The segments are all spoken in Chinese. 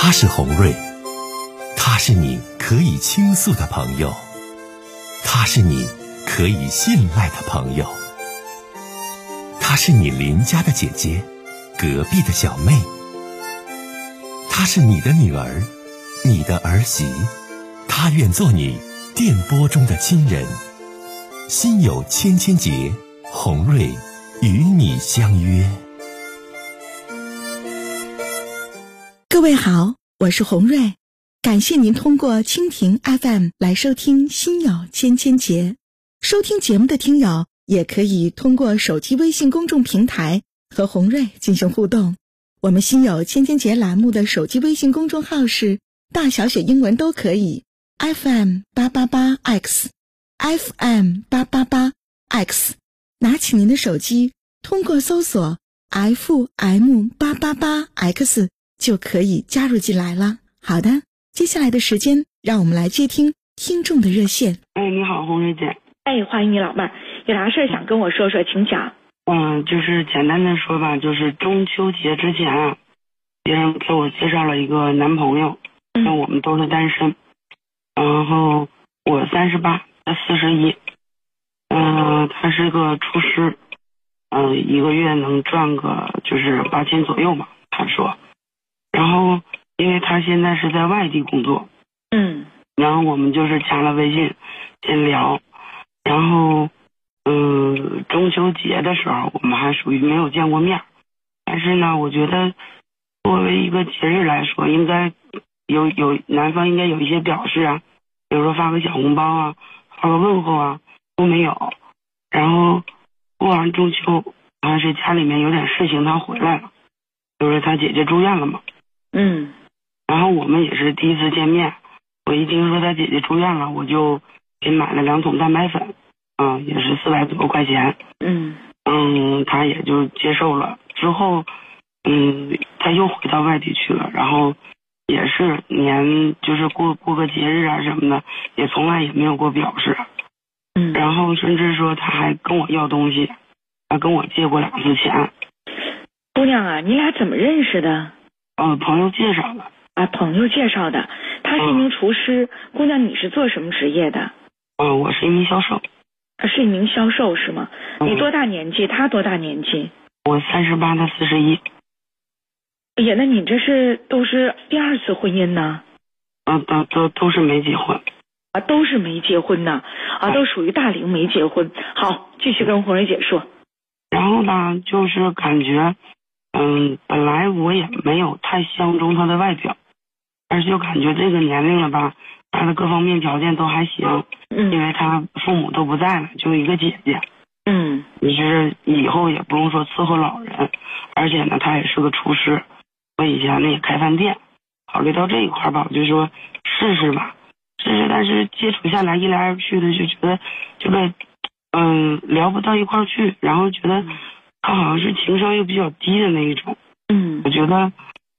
他是洪瑞，他是你可以倾诉的朋友，他是你可以信赖的朋友，她是你邻家的姐姐，隔壁的小妹，她是你的女儿，你的儿媳，她愿做你电波中的亲人。心有千千结，洪瑞与你相约。 各位好，我是洪瑞，感谢您通过蜻蜓 FM 来收听心有千千结。收听节目的听友也可以通过手机微信公众平台和洪瑞进行互动。我们心有千千结栏目的手机微信公众号是大小写英文都可以 FM888X FM888X， 拿起您的手机，通过搜索 FM888X 就可以加入进来了。好的，接下来的时间让我们来接听听众的热线。 你好，洪瑞姐。 欢迎你老妹儿，有啥事想跟我说说，请讲。 就是简单的说吧，就是中秋节之前啊，别人给我介绍了一个男朋友，那我们都是单身，然后我38，他41，他是个厨师，一个月能赚个就是8000左右吧，他说。然后因为他现在是在外地工作，然后我们就是加了微信先聊，然后中秋节的时候我们还属于没有见过面，但是呢我觉得作为一个节日来说，应该有男方应该有一些表示啊，比如说发个小红包啊，发个问候啊，都没有。然后过完中秋还是家里面有点事情，他回来了，就是他姐姐住院了嘛，然后我们也是第一次见面，我一听说他姐姐住院了，我就给买了2桶蛋白粉，也是400多块钱，他也就接受了。之后他又回到外地去了，然后也是就是过个节日啊什么的，也从来也没有过表示，然后甚至说他还跟我要东西，他跟我借过2次钱。 姑娘啊，你俩怎么认识的？ 朋友介绍的。 朋友介绍的。他是一名厨师，姑娘你是做什么职业的？ 我是一名销售。 是一名销售是吗？你多大年纪？他多大年纪？ 我38，他41。 哎呀，那你这都是第2次婚姻呢？ 都是没结婚。 都是没结婚呢？都属于大龄没结婚。好，继续跟洪瑞姐说。 然后呢，就是感觉本来我也没有太相中他的外表，而且就感觉这个年龄了吧，他的各方面条件都还行，因为他父母都不在了，就一个姐姐，就是以后也不用说伺候老人，而且呢他也是个厨师，我以前呢也开饭店，考虑到这一块吧，我就说试试吧，但是接触下来一来二去的，就觉得这个聊不到一块去，然后觉得他好像是情商又比较低的那一种，我觉得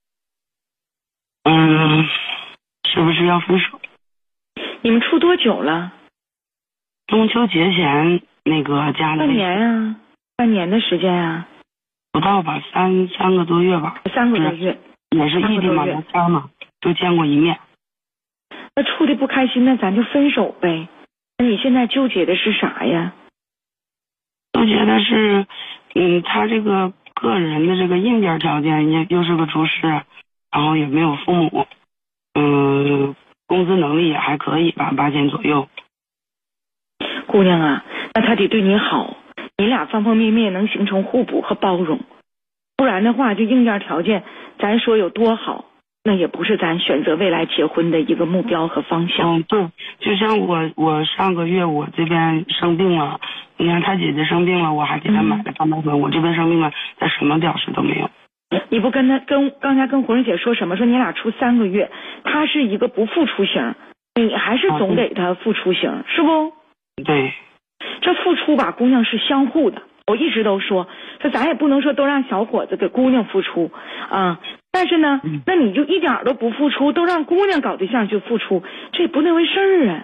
是不是要分手？ 你们处多久了？ 中秋节前那个加的。 半年的时间啊？ 不到吧，三个多月吧。 3个多月。 也是异地嘛，聊天嘛，就见过一面。 那处的不开心，那咱就分手呗。那你现在纠结的是啥呀？ 纠结的是，他这个个人的这个硬件条件又是个厨师，然后也没有父母，工资能力也还可以吧，8000左右。 姑娘啊，那他得对你好，你俩方方面面能形成互补和包容，不然的话，就硬件条件，咱说有多好，那也不是咱选择未来结婚的一个目标和方向。 对，就像我上个月我这边生病了，你看他姐姐生病了，我还给他买了蛋白粉，我这边生病了，他什么表示都没有。 你不刚才跟洪瑞姐说什么？说你俩处3个月，他是一个不付出型，你还是总给他付出型，是不？ 对。 这付出吧，姑娘是相互的。我一直都说咱也不能说都让小伙子给姑娘付出啊，但是呢，那你就一点都不付出，都让姑娘搞对象去付出，这也不那回事儿啊。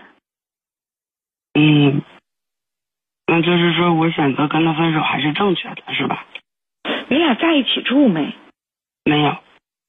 那就是说我选择跟他分手还是正确的，是吧？ 你俩在一起住没？ 没有。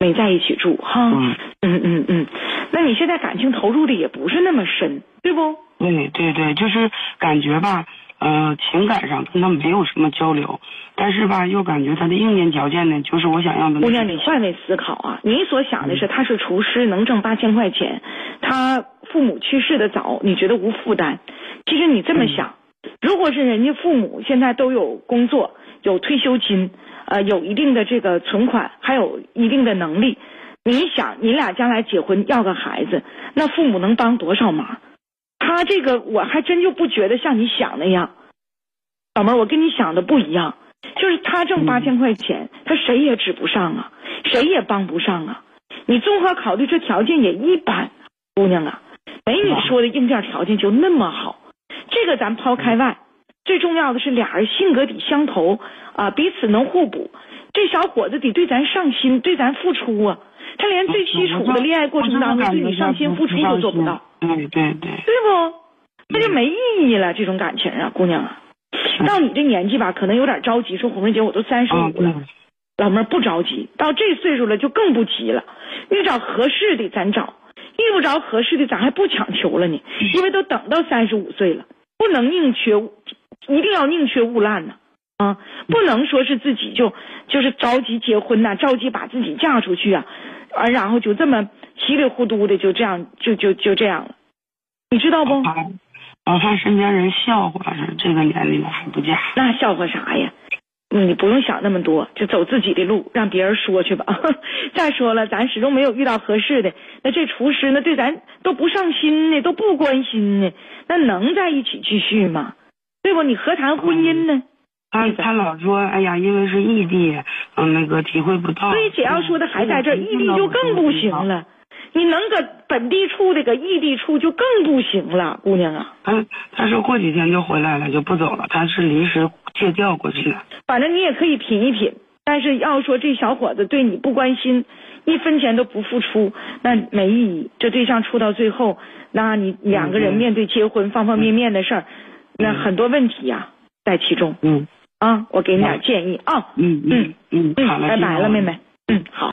没在一起住哈。那你现在感情投入的也不是那么深，对不？ 对，就是感觉吧，情感上跟他没有什么交流，但是吧，又感觉他的硬件条件呢，就是我想要的。 姑娘，你换位思考啊，你所想的是他是厨师，能挣8000块钱，他父母去世的早，你觉得无负担。其实你这么想，如果是人家父母现在都有工作，有退休金，有一定的这个存款，还有一定的能力，你想你俩将来结婚要个孩子，那父母能帮多少忙？他这个我还真就不觉得像你想那样，老妹儿，我跟你想的不一样，就是他挣8000块钱，他谁也指不上啊，谁也帮不上啊。你综合考虑这条件也一般，姑娘啊，没你说的硬件条件就那么好。这个咱抛开外，最重要的是俩人性格得相投啊，彼此能互补。这小伙子得对咱上心，对咱付出啊。他连最基础的恋爱过程当中对你上心付出都做不到。 对不？那就没意义了，这种感情啊，姑娘啊。到你这年纪吧，可能有点着急，说红梅姐我都35了，老妹儿不着急，到这岁数了就更不急了。遇找合适的咱找，遇不着合适的咱还不强求了呢，因为都等到35岁了，不能宁缺，一定要宁缺毋滥呢。不能说是自己就是着急结婚呐，着急把自己嫁出去啊，然后就这么稀里糊涂的就这样就这样了，你知道不？ 我怕身边人笑话，是这个年龄还不嫁。 那笑话啥呀？你不用想那么多，就走自己的路，让别人说去吧。再说了，咱始终没有遇到合适的，那这厨师呢对咱都不上心呢，都不关心呢，那能在一起继续吗？对不？你何谈婚姻呢？ 他老说，哎呀，因为是异地，那个体会不到。 所以姐要说的还在这儿，异地就更不行了。你能搁本地处的，搁异地处就更不行了，姑娘啊。 他说过几天就回来了，就不走了，他是临时借调过去的。 反正你也可以品一品，但是要说这小伙子对你不关心，1分钱都不付出，那没意义。这对象处到最后，那你2个人面对结婚方方面面的事儿，那很多问题呀在其中。我给你点建议啊。 好了， 拜拜了，妹妹。好。